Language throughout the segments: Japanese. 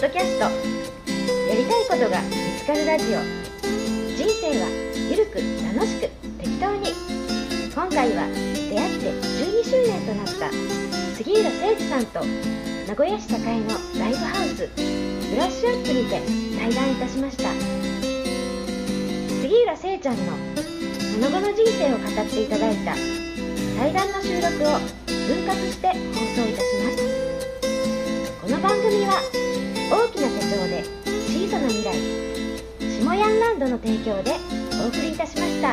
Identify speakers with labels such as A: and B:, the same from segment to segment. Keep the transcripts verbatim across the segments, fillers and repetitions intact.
A: ドキャスト、やりたいことが見つかるラジオ。人生はゆるく楽しく適当に。今回は出会ってじゅうにしゅうねんとなった杉浦誠司さんと名古屋市栄のライブハウスブラッシュアップにて対談いたしました。杉浦誠ちゃんのその後の人生を語っていただいた対談の収録を分割して放送いたします。この番組は大きな手帳で小さな未来、下ヤンランドの提供でお送りいたしました。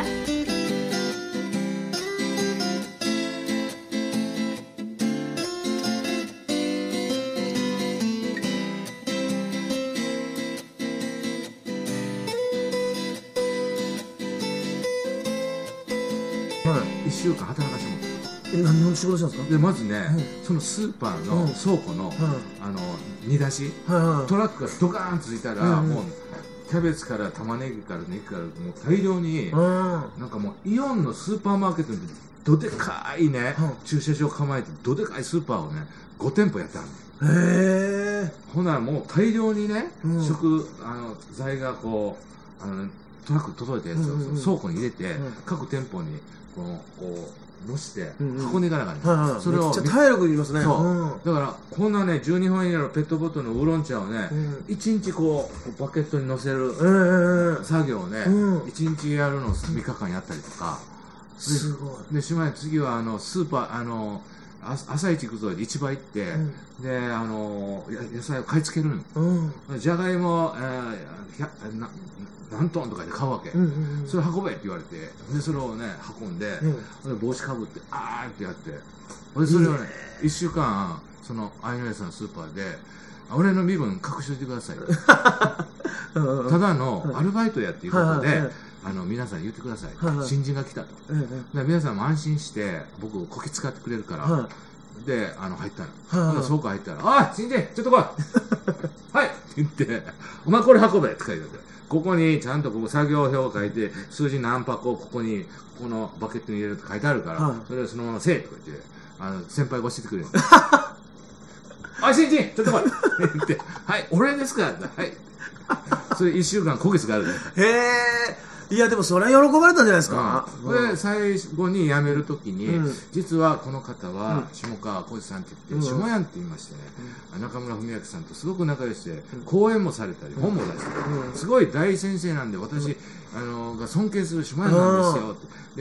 B: いっしゅうかん働かせてもらった。
C: え、何の仕事したんですか？
B: でまずね、
C: うん、
B: そのスーパーの倉庫の、うん、あの荷出し、はいはい、トラックがドカーンついたら、うん、もうキャベツから玉ねぎからネギからもう大量に、うん、なんかもうイオンのスーパーマーケットにどでかいね、うん、駐車場構えてどでかいスーパーをねごてんぽやってはるの。へえ。ほなもう大量にね、うん、食あの材がこうあのトラック届いたやつを、うんうん、倉庫に入れて、うん、各店舗にこのこう乗して運んでいかなきゃいけない。それをめっちゃ
C: 体力いりますね。
B: そう、うん、だからこんなねじゅうにほん以内のペットボトルのウーロン茶をね、うん、いちにちこうバケットに乗せる作業をね、うん、いちにちやるのをみっかかんやったりとか。
C: すごい。
B: でしまい次はあのスーパーあの朝市行くぞで市場行って、うん、であの野菜を買い付けるの。じゃがいも、えー、な何トンとかで買うわけ、うんうんうん、それ運べって言われて、でそれをね運んで、うん、帽子かぶってあーってやって、でそれをねいっしゅうかんそのアイノエさんのスーパーで俺の身分隠しといてくださいただのアルバイトやっていうことで、あの皆さん言ってください、新人が来たと、で皆さんも安心して僕をこき使ってくれるから、であの入ったの、倉庫入ったら「あ新人ちょっと来いはい」って言って「お前これ運べ」って書いてあって、ここにちゃんとここ作業表を書いて数字何箱をここにこのバケットに入れるって書いてあるから、はい、それをそのまませえとか言ってあの先輩が教えてくれるあ新人ちょっと来いって言ってはい俺ですかはいそれいっしゅうかんこげつがあるね。
C: へえ。いやでもそれは喜ばれたんじゃないですか。
B: うん、で最後に辞めるときに、うん、実はこの方は下川浩二さんって言って、うん、下屋って言いましてね、うん、中村文明さんとすごく仲良しで、うん、講演もされたり、うん、本も出して、うん、すごい大先生なんで私、うん、あのが尊敬する下屋なんですよって、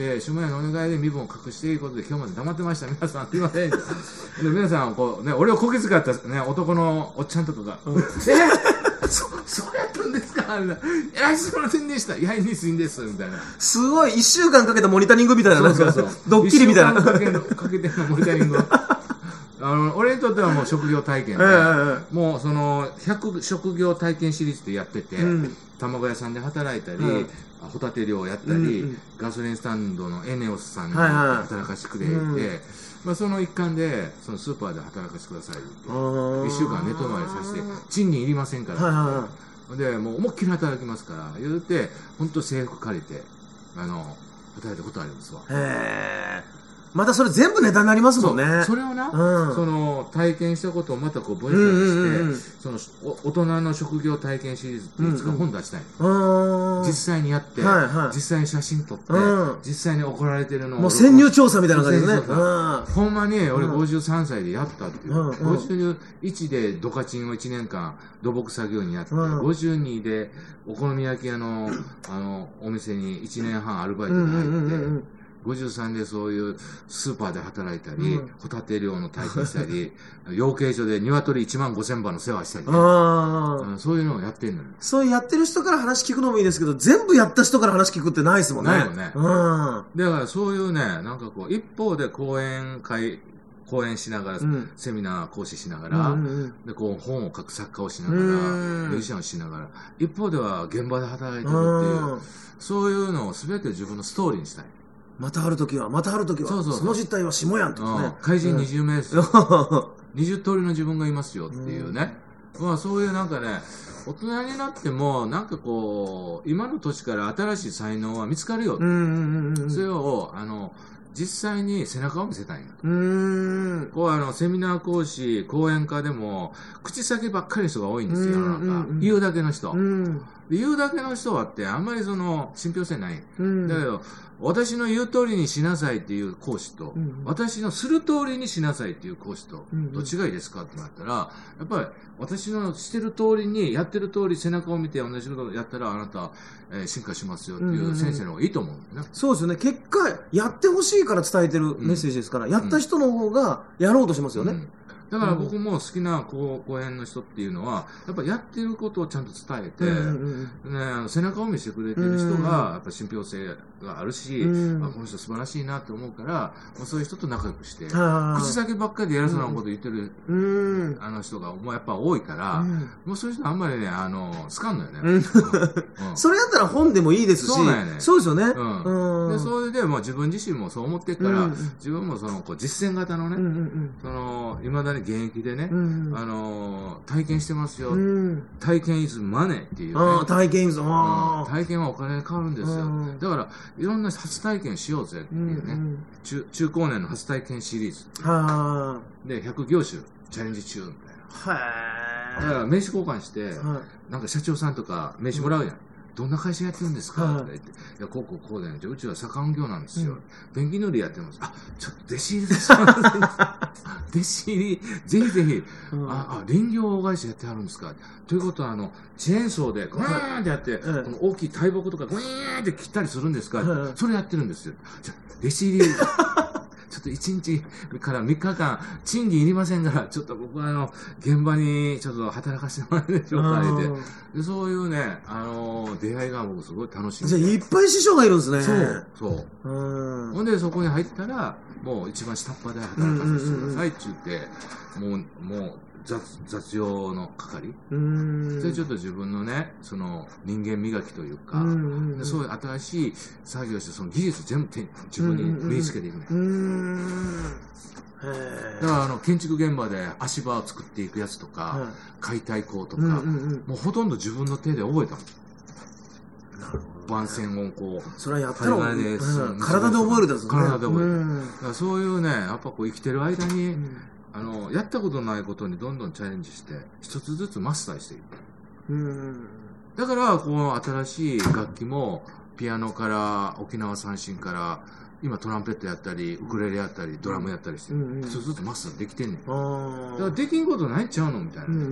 B: で下屋のお願いで身分を隠していることで今日まで黙ってました皆さんすいませんで皆さんこう、ね、俺をこき使った、ね、男のおっちゃんとかが、うん、えそそうやったんですかみたいな。いや、すいませんでした。いや、いいです、いいんです。みたいな。
C: すごい、一週間かけたモニタリングみたいな。
B: そうそうそう。
C: ドッキリみたいな。
B: 一週間かけのかけてのモニタリング。あの、俺にとってはもう職業体験で、えー、もうその、ひゃく職業体験シリーズでやってて、うん、卵屋さんで働いたり、うん、ホタテ漁をやったり、うんうん、ガソリンスタンドのエネオスさんに働かせてくれて、はいはい、まあ、その一環でそのスーパーで働かせてくださいっていっしゅうかん寝泊まりさせて賃金いりませんから、はいはい、でもう思いっきり働きますから言うて本当制服借りてあの働いたことありますわ。
C: へー、またそれ全部ネタになりますもんね。
B: そ, それをな、うん、その体験したことをまたこう分析して、その大人の職業体験シリーズっていつか本出したい、うんうん、実際にやって、はいはい、実際に写真撮って、うん、実際に怒られてるのを
C: もう潜入調査みたいな感じですね。
B: ほんまに俺ごじゅうさんさいでやったっていう、うん、ごじゅういちでドカチンをいちねんかん土木作業にやって、うん、ごじゅうにでお好み焼き屋のあのお店にいちねんはんアルバイトで入って、うんうんうんうん、ごじゅうさんでそういうスーパーで働いたり、うん、ホタテ漁の体験したり養鶏場で鶏いちまんごせんばの世話したり、ね、あ、うん、そういうのをやってんのよ。
C: そうやってる人から話聞くのもいいですけど全部やった人から話聞くってないですもんね。
B: ないよね、うん、だからそういうねなんかこう一方で講演会講演しながら、うん、セミナー講師しながら、うんうん、でこう本を書く作家をしながらミュージシャンをしながら一方では現場で働いてるっていうそういうのを全て自分のストーリーにしたい。
C: またあるときは、またあるときは、そうそうそう、その実態は下やんってことね。
B: 怪人にじゅうめいです、うん、にじゅうとおりの自分がいますよっていうね、うん、まあそういうなんかね大人になってもなんかこう今の年から新しい才能は見つかるよ、うんうんうんうん、それをあの実際に背中を見せたいんや。
C: うーん。
B: こうあの、セミナー講師、講演家でも、口先ばっかりの人が多いんですよ、世の中。言うだけの人。言うだけの人はって、あんまりその、信憑性ない。だけど、私の言う通りにしなさいっていう講師と、私のする通りにしなさいっていう講師と、どっちがいいですかってなったら、やっぱり私のしてる通りに、やってる通り背中を見て同じことをやったらあなた、えー、進化しますよっていう先生の方がいいと思うんだよね。
C: そうですよね。結果、やってほしいから伝えてるメッセージですから、やった人の方がやろうとしますよね。うん
B: だから僕も好きな講演の人っていうのは、やっぱやってることをちゃんと伝えて、ね、あの背中を見せてくれてる人が、やっぱ信憑性があるし、あこの人素晴らしいなって思うから、まあ、そういう人と仲良くして、口先ばっかりで偉そうなこと言ってる、あの人がもうやっぱ多いから、もうそういう人あんまりね、あの、好かんのよね。うん、
C: それやったら本でもいいですし、そう
B: なんやね。
C: そうですよね。
B: うん。で、それで、まあ自分自身もそう思ってるから、自分もその、こう実践型のね、その、未だに現役でね、うん、あのー、体験してますよ、うん、体験 is money っていうね、
C: あ体験 is、
B: うん、体験はお金で変わるんですよ、うん、だからいろんな初体験しようぜっていうね、うん、中, 中高年の初体験シリーズでひゃく業種チャレンジ中みたいなだから名刺交換して、なんか社長さんとか名刺もらうやん、どんな会社やってるんですか、はい、とか言って、いや、こうこうこうでね、うちは左官業なんですよ。ペンキ塗りやってます。あ、ちょっと弟子入りです。弟子入り、ぜひぜひ、うん、あ、あ、林業会社やってはるんですかということは、あの、チェーンソーで、グーンってやって、はい、この大きい大木とか、グーンって切ったりするんですか、はい、それやってるんですよ。じゃ弟子入り、ちょっといちにちからみっかかん、賃金いりませんから、ちょっと僕はあの、現場にちょっと働かせてもらえるでしょうか、でそういうね、あのー、出会いが僕すごい楽しみ。
C: じゃあいっぱい師匠がいるんですね。
B: そう、そう。うんほんでそこに入ったら、もう一番下っ端で働かせてくださいって言って、もう、もう、雑, 雑用の係それちょっと自分のねその人間磨きというかでそういう新しい作業してその技術全部自分に身につけていくねだからあの建築現場で足場を作っていくやつとか、はい、解体工とか、うんうんうん、もうほとんど自分の手で覚えたもんなるほど番線をこう
C: それはやったら、うん、体で覚えるですね
B: 体で覚える、うん、だからそういうねやっぱこう生きてる間に、うんあのやったことないことにどんどんチャレンジして一つずつマスターしていくうんだからこの新しい楽器もピアノから沖縄三線から今トランペットやったりウクレレやったりドラムやったりして、うんうん、一つずつマスターできてんねんだからできんことないんちゃうのみたいな、ねうんうん、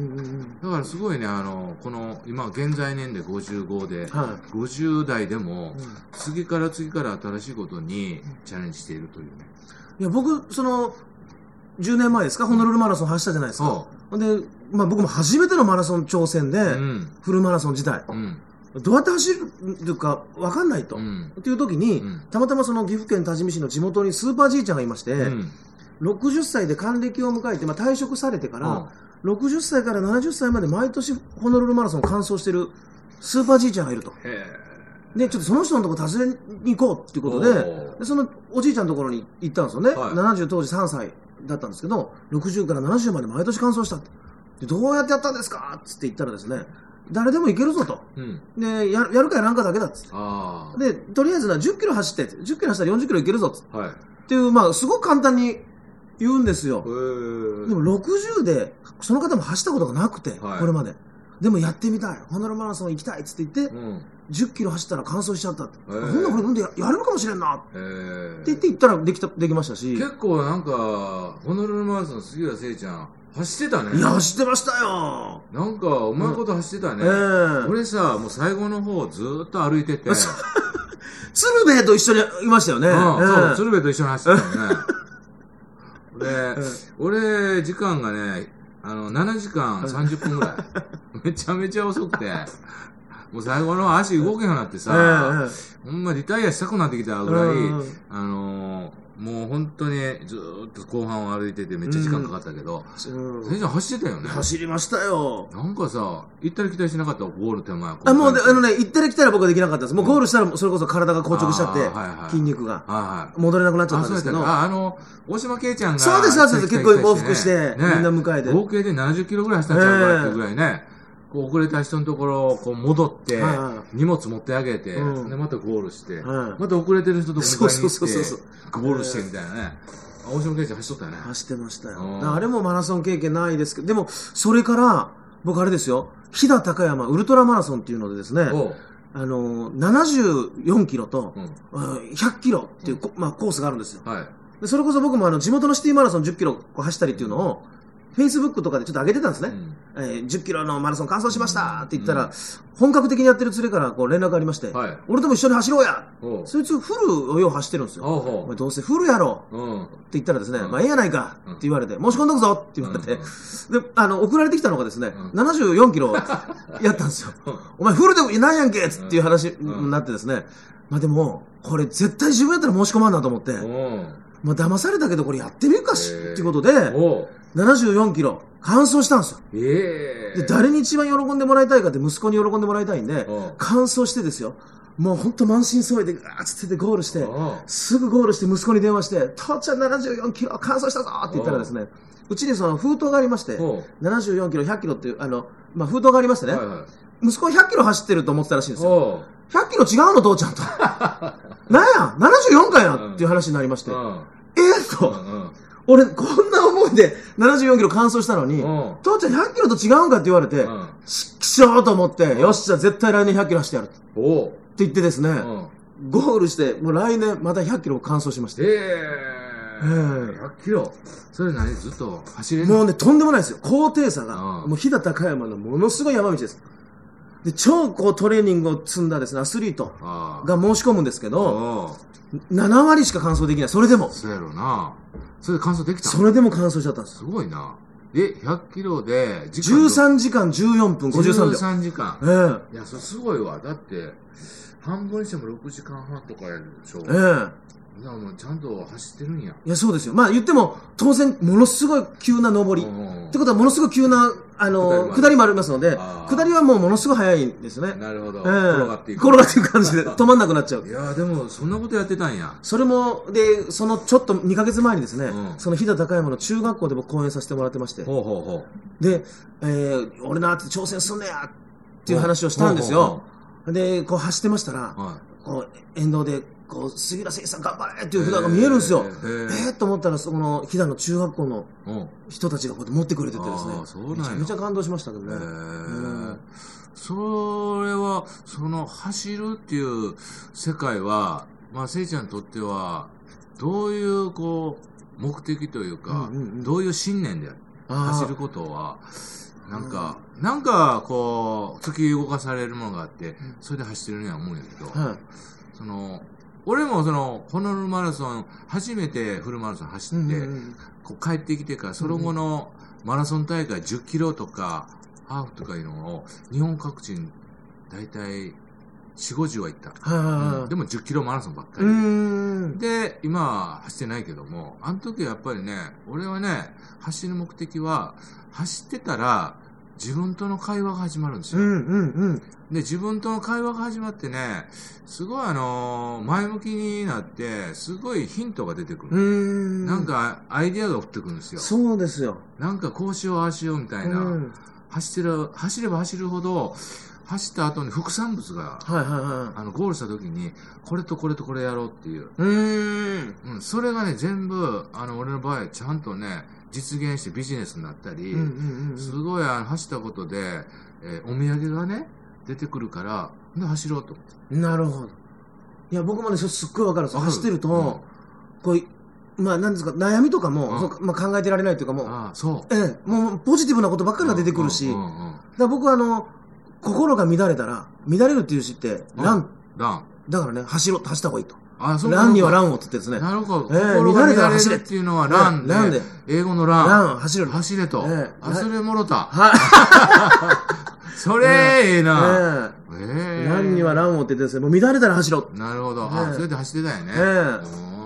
B: だからすごいねあのこの今現在年齢ごじゅうごで、はい、ごじゅう代でも、うん、次から次から新しいことにチャレンジしているというね
C: いや僕そのじゅうねんまえですか、ホノルルマラソン走ったじゃないですか。で、まあ僕も初めてのマラソン挑戦で、うん、フルマラソン自体、うん、どうやって走るか分かんないと。うん、っていう時に、うん、たまたまその岐阜県多治見市の地元にスーパーじいちゃんがいまして、うん、ろくじゅっさいで還暦を迎えて、まあ、退職されてから、うん、ろくじゅっさいからななじゅっさいまで毎年ホノルルマラソンを完走してるスーパーじいちゃんがいると。で、ちょっとその人のところ訪ねに行こうっていうことで、でそのおじいちゃんのところに行ったんですよね。はい、ななじゅう当時さんさい。だったんですけど、ろくじゅうからななじゅうまで毎年完走したって。で、どうやってやったんですかつって言ったらですね、誰でも行けるぞと。うん、でや、やるかやらんかだけだっつって。あで、とりあえずな、じゅっキロ走って、じゅっキロ走ったらよんじゅっキロ行けるぞっつって。はい、っていう、まあ、すごく簡単に言うんですよ。でもろくじゅうで、その方も走ったことがなくて、はい、これまで。でもやってみたい。ホノルルマラソン行きたいっつって言って、うん、じゅっキロ走ったら完走しちゃったって。ほんならこれ飲んでやるのかもしれんなって言って言ったらできた、できましたし。
B: 結構なんか、ホノルルマラソン杉浦聖ちゃん、走ってたね。
C: いや、走ってましたよ。
B: なんか、うまいこと走ってたね。うんえー、俺さ、もう最後の方ずーっと歩いてて。
C: 鶴瓶と一緒にいましたよね。うん、え
B: ー、そう、鶴瓶と一緒に走ってたよね。で、えー、俺、時間がね、あの、ななじかんさんじゅっぷんぐらい。めちゃめちゃ遅くて。もう最後の足動けなくなってさ、えー、ほんまリタイアしたくなってきたぐらい、うん、あのー、もう本当にずーっと後半を歩いててめっちゃ時間かかったけど、うん、先生走ってたよね。
C: 走りましたよ。
B: なんかさ、行ったり来たりしなかったゴール手前。
C: あ、もうで、あのね、行ったり来たりは僕はできなかったです。もうゴールしたらそれこそ体が硬直しちゃって、はいはい、筋肉が、はい、戻れなくなっちゃったんですけど。
B: あ、あの、大島圭ちゃんが。
C: そうです、そうです。結構往復して、ね、みんな迎えて。
B: 合計でななじゅっキロぐらい走ったんちゃうかっていうぐらいね。 こう遅れた人のところこう戻って、はいはい、荷物持ってあげて、うん、でまたゴールして、はい、また遅れてる人とこ迎えに行ってゴールしてみたいなね。大島圭ちゃん走っとったよね。
C: 走ってましたよ。あれもマラソン経験ないですけど、でもそれから僕あれですよ、飛騨高山ウルトラマラソンっていうのでですね、あのななじゅうよんキロと、うん、ひゃっキロっていう、うん、まあ、コースがあるんですよ。はい、でそれこそ僕もあの地元のシティマラソンじゅっキロこう走ったりっていうのを、フェイスブックとかでちょっと上げてたんですね。うん、えー、じゅっキロのマラソン完走しましたって言ったら、うん、本格的にやってる連れからこう連絡がありまして、はい、俺とも一緒に走ろうや、そいつフルをよう走ってるんですよ。お前どうせフルやろ、うん、って言ったらですね、うん、まあええやないかって言われて、申し込んどくぞって言われて、うん、で、あの、送られてきたのがですね、うん、ななじゅうよんキロやったんですよ。お前フルでもいないやんけっていう話になってですね、まあでも、これ絶対自分やったら申し込まんなと思って、まあ騙されたけどこれやってみるかしっていうことで、ななじゅうよんキロ完走したんですよ。えー、で誰に一番喜んでもらいたいかって息子に喜んでもらいたいんで、完走してですよ。もうほんと満身創痍でガーッつってゴールして、すぐゴールして息子に電話して、父ちゃんななじゅうよんキロ完走したぞって言ったらですね、うちにその封筒がありまして、ななじゅうよんキロ、ひゃっキロっていう、あの、まあ、封筒がありましてね、はいはい、息子ひゃっキロ走ってると思ってたらしいんですよ。ひゃっキロ違うの父ちゃんと。なんや ?ななじゅうよん かやっていう話になりまして、うん、えー、と、うん、俺こんな思いでななじゅうよんキロ完走したのに、うん、父ちゃんひゃっキロと違うんかって言われて、うん、しっきしょーと思って、うん、よっしゃ絶対来年ひゃっキロ走ってやるって言ってですね、うん、ゴールして、もう来年またひゃっキロ完走しました。えー
B: えー、ひゃっキロそれ何ずっと走れる
C: もうね、とんでもないですよ。高低差が、もう飛騨高山のものすごい山道です。で、超こうトレーニングを積んだですね、アスリートが申し込むんですけど、なな割しか完走できない。それでも。
B: そうやろな。それで完走できた
C: それでも完走しちゃったんです。
B: すごいな。え、ひゃっキロで、
C: じゅうさんじかんじゅうよんぷんごじゅうさんびょう。
B: じゅうさんじかん。ええー。いや、それすごいわ。だって、半分にしてもろくじかんはんとかやるでしょ。ええー。だからもうちゃんと走ってるんや。
C: いや、そうですよ。まあ言っても、当然、ものすごい急な上り。ってことは、ものすごい急な、あの、下りもありますので、下りはもうものすごい速いんですね。
B: なるほど。えー、転がっていく。
C: 転がっていく感じで、止まんなくなっちゃう。
B: いやでも、そんなことやってたんや。
C: それも、で、そのちょっとにかげつまえにですね、うん、その飛騨高山の中学校で僕講演させてもらってまして、ほうほうほうで、えー、俺なって挑戦すんねやっていう話をしたんですよ。ほうほうほうで、こう走ってましたら、はい、こう、沿道で、こう、杉浦誠一さん頑張れっていう札が見えるんですよ。えー、えー、と思ったら、その、飛騨の中学校の人たちがこうやって持ってくれててですね。めちゃめちゃ感動しましたけどね。えー、
B: それは、その、走るっていう世界は、まあ、せいちゃんにとっては、どういう、こう、目的というか、うんうんうん、どういう信念で走ることは、なんか、うん、なんか、こう、突き動かされるものがあって、それで走ってるには思うんやけど、はい、その、俺もその、ホノルルマラソン、初めてフルマラソン走って、うんうん、こう帰ってきてから、その後のマラソン大会じゅっキロとか、ハーフとかいうのを、日本各地に大体よんじゅう、ごじゅうは行った。うん、でもじゅっキロマラソンばっかり。で、今は走ってないけども、あの時はやっぱりね、俺はね、走る目的は、走ってたら、自分との会話が始まるんですよ。うんうんうん、で、自分との会話が始まってね、すごいあのー、前向きになって、すごいヒントが出てくる。うんなんか、アイディアが降ってくるんですよ。
C: そうですよ。
B: なんか、こうしよう、ああしようみたいな。走ってる、走れば走るほど、走った後に副産物が、はいはいはい、あの、ゴールした時に、これとこれとこれやろうっていう。うん。うん。それがね、全部、あの、俺の場合、ちゃんとね、実現してビジネスになったり、うんうんうん、すごいあの走ったことで、えー、お土産がね、出てくるから、で走ろうと思って。
C: なるほど。いや、僕もね、それすっごいわかるんですよ。走ってると、うん、こう、まあ、なんですか、悩みとかも、うん、まあ、考えてられないというかもう、ああそう。ええ、もう、ポジティブなことばっかりが出てくるし、うんうんうんうん、だから僕はあの、心が乱れたら、乱れるっていう字って、ラン。ラン。だからね、走ろう、走った方がいいと。あ、そうランにはランをって言ってですね。なるほど。えー、乱れたら走れ
B: っていうのはランで。ランで。英語のラン。
C: ラン、走れる。
B: 走れと。えー、あ、それもろた。はい。それ、ええな。
C: ええ。ランにはランをって言ってですね、もう乱れたら走ろう。
B: なるほど。あ、それで走ってたよね。ええ。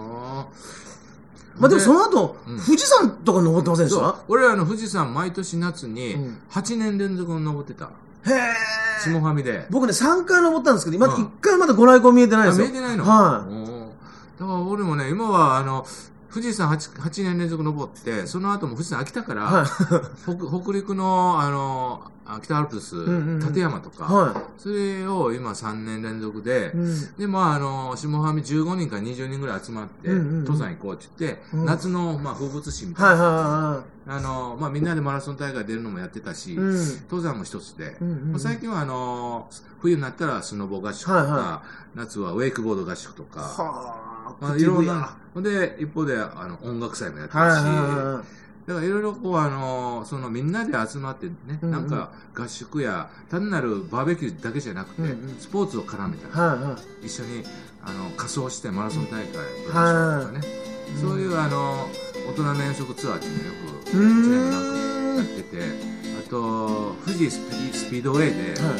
C: まあでもその後、富士山とか登ってませんでした？
B: 俺らの富士山毎年夏にはちねん連続登ってた。へえ。下はみで。
C: 僕ね、さんかい登ったんですけど、今いっかいまだご来光見えてないんですよ。
B: 見えてないの？はい。だから俺もね、今はあの、 富士山 8, はちねん連続登って、その後も富士山飽きたから、はい、北, 北陸の、あの、北アルプス、うんうん、立山とか、はい、それを今さんねん連続で、うん、で、まあ、あの、下半身じゅうごにんからにじゅうにんぐらい集まって、うんうんうん、登山行こうって言って、うん、夏の、まあ、風物詩みたいな。はいはいはい、あの、まあ、みんなでマラソン大会出るのもやってたし、うん、登山も一つで、うんうんうん、最近はあの、冬になったらスノボ合宿とか、はいはい、夏はウェイクボード合宿とか、はまあ、いろんな、で、一方で、あの、音楽祭もやってるし、はいはいはい、だからいろいろこう、あの、そのみんなで集まってね、うんうん、なんか合宿や、単なるバーベキューだけじゃなくて、うんうん、スポーツを絡めたり、はいはい、一緒に、あの、仮装してマラソン大会とかね、はいはい、そういう、あの、大人の遠足ツアーっていうのをよく、いちねんなんかやってて、あと、富士スピ、スピードウェイで、はい、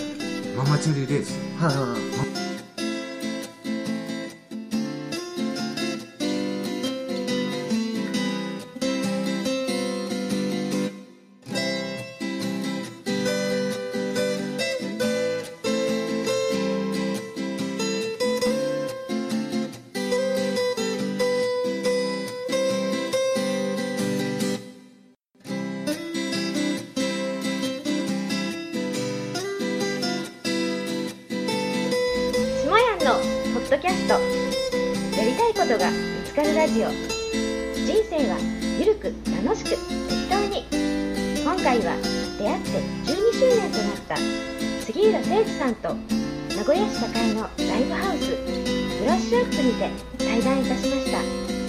B: ママチャリレース。はいはいはい、
A: ポッドキャスト、やりたいことが見つかるラジオ。人生はゆるく楽しく適当に。今回は出会ってじゅうにしゅうねんとなった杉浦誠二さんと名古屋市栄のライブハウスブラッシュアップにて対談いたしました。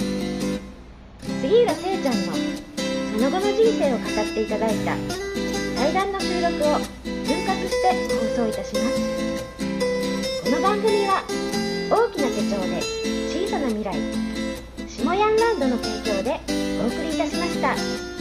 A: 杉浦聖ちゃんのその後の人生を語っていただいた対談の収録を分割して放送いたします。この番組は大きな手帳で小さな未来、下ヤンランドの提供でお送りいたしました。